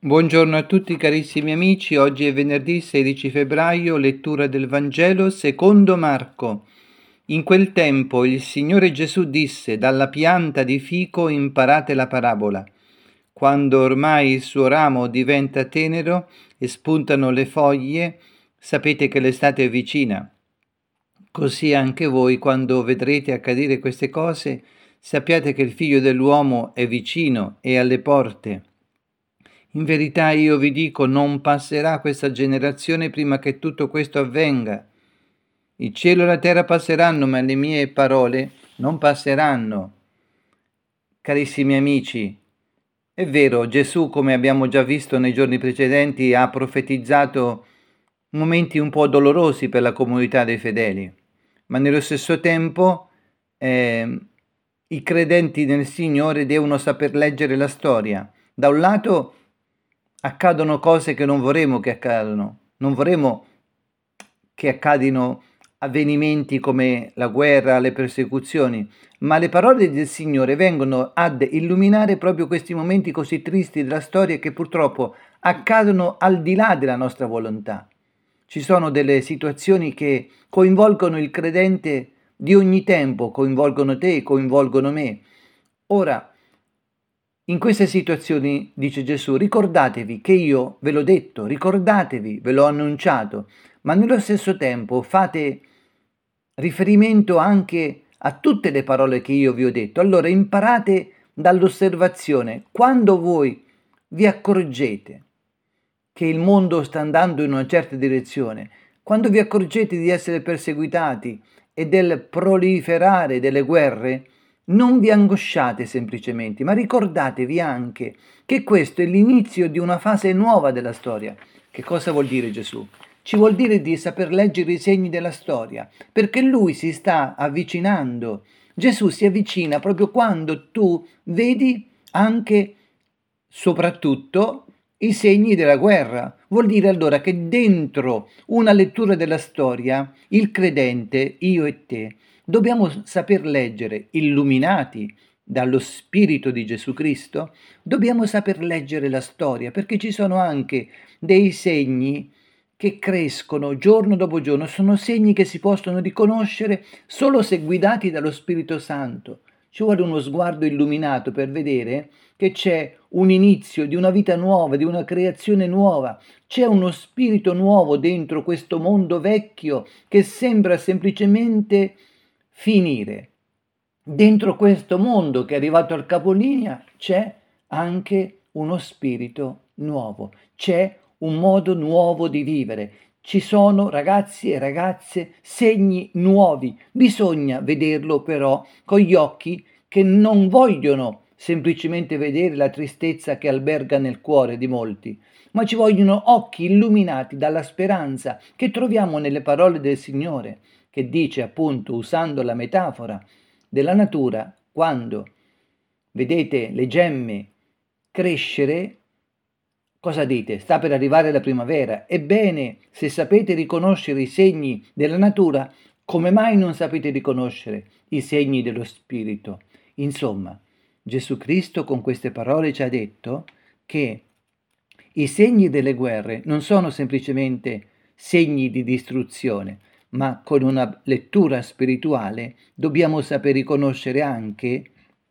Buongiorno a tutti carissimi amici, oggi è venerdì 16 febbraio, lettura del Vangelo secondo Marco. In quel tempo il Signore Gesù disse: dalla pianta di fico imparate la parabola. Quando ormai il suo ramo diventa tenero e spuntano le foglie, sapete che l'estate è vicina. Così anche voi, quando vedrete accadere queste cose, sappiate che il Figlio dell'uomo è vicino e alle porte. In verità io vi dico, non passerà questa generazione prima che tutto questo avvenga. Il cielo e la terra passeranno, ma le mie parole non passeranno. Carissimi amici, è vero, Gesù, come abbiamo già visto nei giorni precedenti, ha profetizzato momenti un po' dolorosi per la comunità dei fedeli, ma nello stesso tempo i credenti nel Signore devono saper leggere la storia. Da un lato accadono cose che non vorremmo che accadano, non vorremmo che accadino avvenimenti come la guerra, le persecuzioni, ma le parole del Signore vengono ad illuminare proprio questi momenti così tristi della storia che purtroppo accadono al di là della nostra volontà. Ci sono delle situazioni che coinvolgono il credente di ogni tempo, coinvolgono te, coinvolgono me. Ora, in queste situazioni, dice Gesù, ricordatevi che io ve l'ho detto, ricordatevi, ve l'ho annunciato, ma nello stesso tempo fate riferimento anche a tutte le parole che io vi ho detto. Allora imparate dall'osservazione. Quando voi vi accorgete che il mondo sta andando in una certa direzione, quando vi accorgete di essere perseguitati e del proliferare delle guerre, non vi angosciate semplicemente, ma ricordatevi anche che questo è l'inizio di una fase nuova della storia. Che cosa vuol dire Gesù? Ci vuol dire di saper leggere i segni della storia, perché lui si sta avvicinando. Gesù si avvicina proprio quando tu vedi anche, soprattutto, i segni della guerra. Vuol dire allora che dentro una lettura della storia, il credente, io e te, dobbiamo saper leggere, illuminati dallo Spirito di Gesù Cristo, dobbiamo saper leggere la storia, perché ci sono anche dei segni che crescono giorno dopo giorno, sono segni che si possono riconoscere solo se guidati dallo Spirito Santo. Ci vuole uno sguardo illuminato per vedere che c'è un inizio di una vita nuova, di una creazione nuova. C'è uno spirito nuovo dentro questo mondo vecchio che sembra semplicemente finire. Dentro questo mondo che è arrivato al capolinea c'è anche uno spirito nuovo, c'è un modo nuovo di vivere. Ci sono, ragazzi e ragazze, segni nuovi. Bisogna vederlo però con gli occhi che non vogliono semplicemente vedere la tristezza che alberga nel cuore di molti, ma ci vogliono occhi illuminati dalla speranza che troviamo nelle parole del Signore, che dice appunto, usando la metafora della natura, quando vedete le gemme crescere, cosa dite? Sta per arrivare la primavera. Ebbene, se sapete riconoscere i segni della natura, come mai non sapete riconoscere i segni dello Spirito? Insomma, Gesù Cristo con queste parole ci ha detto che i segni delle guerre non sono semplicemente segni di distruzione, ma con una lettura spirituale dobbiamo saper riconoscere anche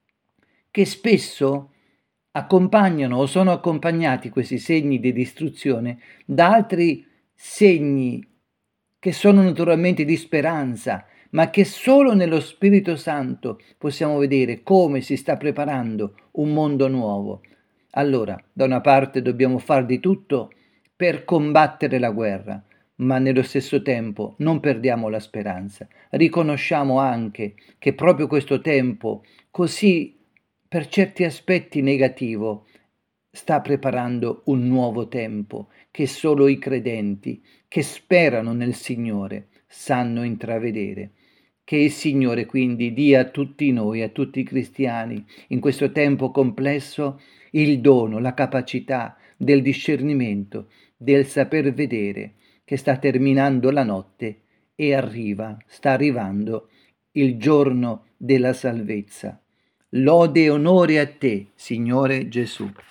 che spesso accompagnano o sono accompagnati questi segni di distruzione da altri segni che sono naturalmente di speranza, ma che solo nello Spirito Santo possiamo vedere come si sta preparando un mondo nuovo. Allora, da una parte dobbiamo far di tutto per combattere la guerra, ma nello stesso tempo non perdiamo la speranza. Riconosciamo anche che proprio questo tempo, così per certi aspetti negativo, sta preparando un nuovo tempo che solo i credenti che sperano nel Signore sanno intravedere. Che il Signore quindi dia a tutti noi, a tutti i cristiani, in questo tempo complesso, il dono, la capacità del discernimento, del saper vedere che sta terminando la notte e sta arrivando il giorno della salvezza. Lode e onore a te, Signore Gesù.